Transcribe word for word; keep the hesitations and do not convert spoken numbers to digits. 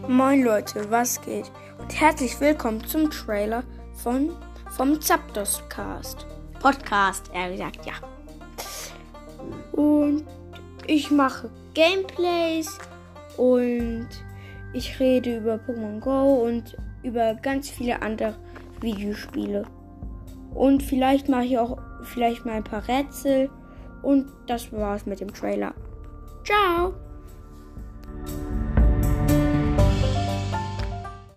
Moin Leute, was geht? Und herzlich willkommen zum Trailer von vom Zapdos-Cast. Podcast, er gesagt, ja. Und ich mache Gameplays und ich rede über Pokémon Go und über ganz viele andere Videospiele. Und vielleicht mache ich auch vielleicht mal ein paar Rätsel. Und das war's mit dem Trailer. Ciao!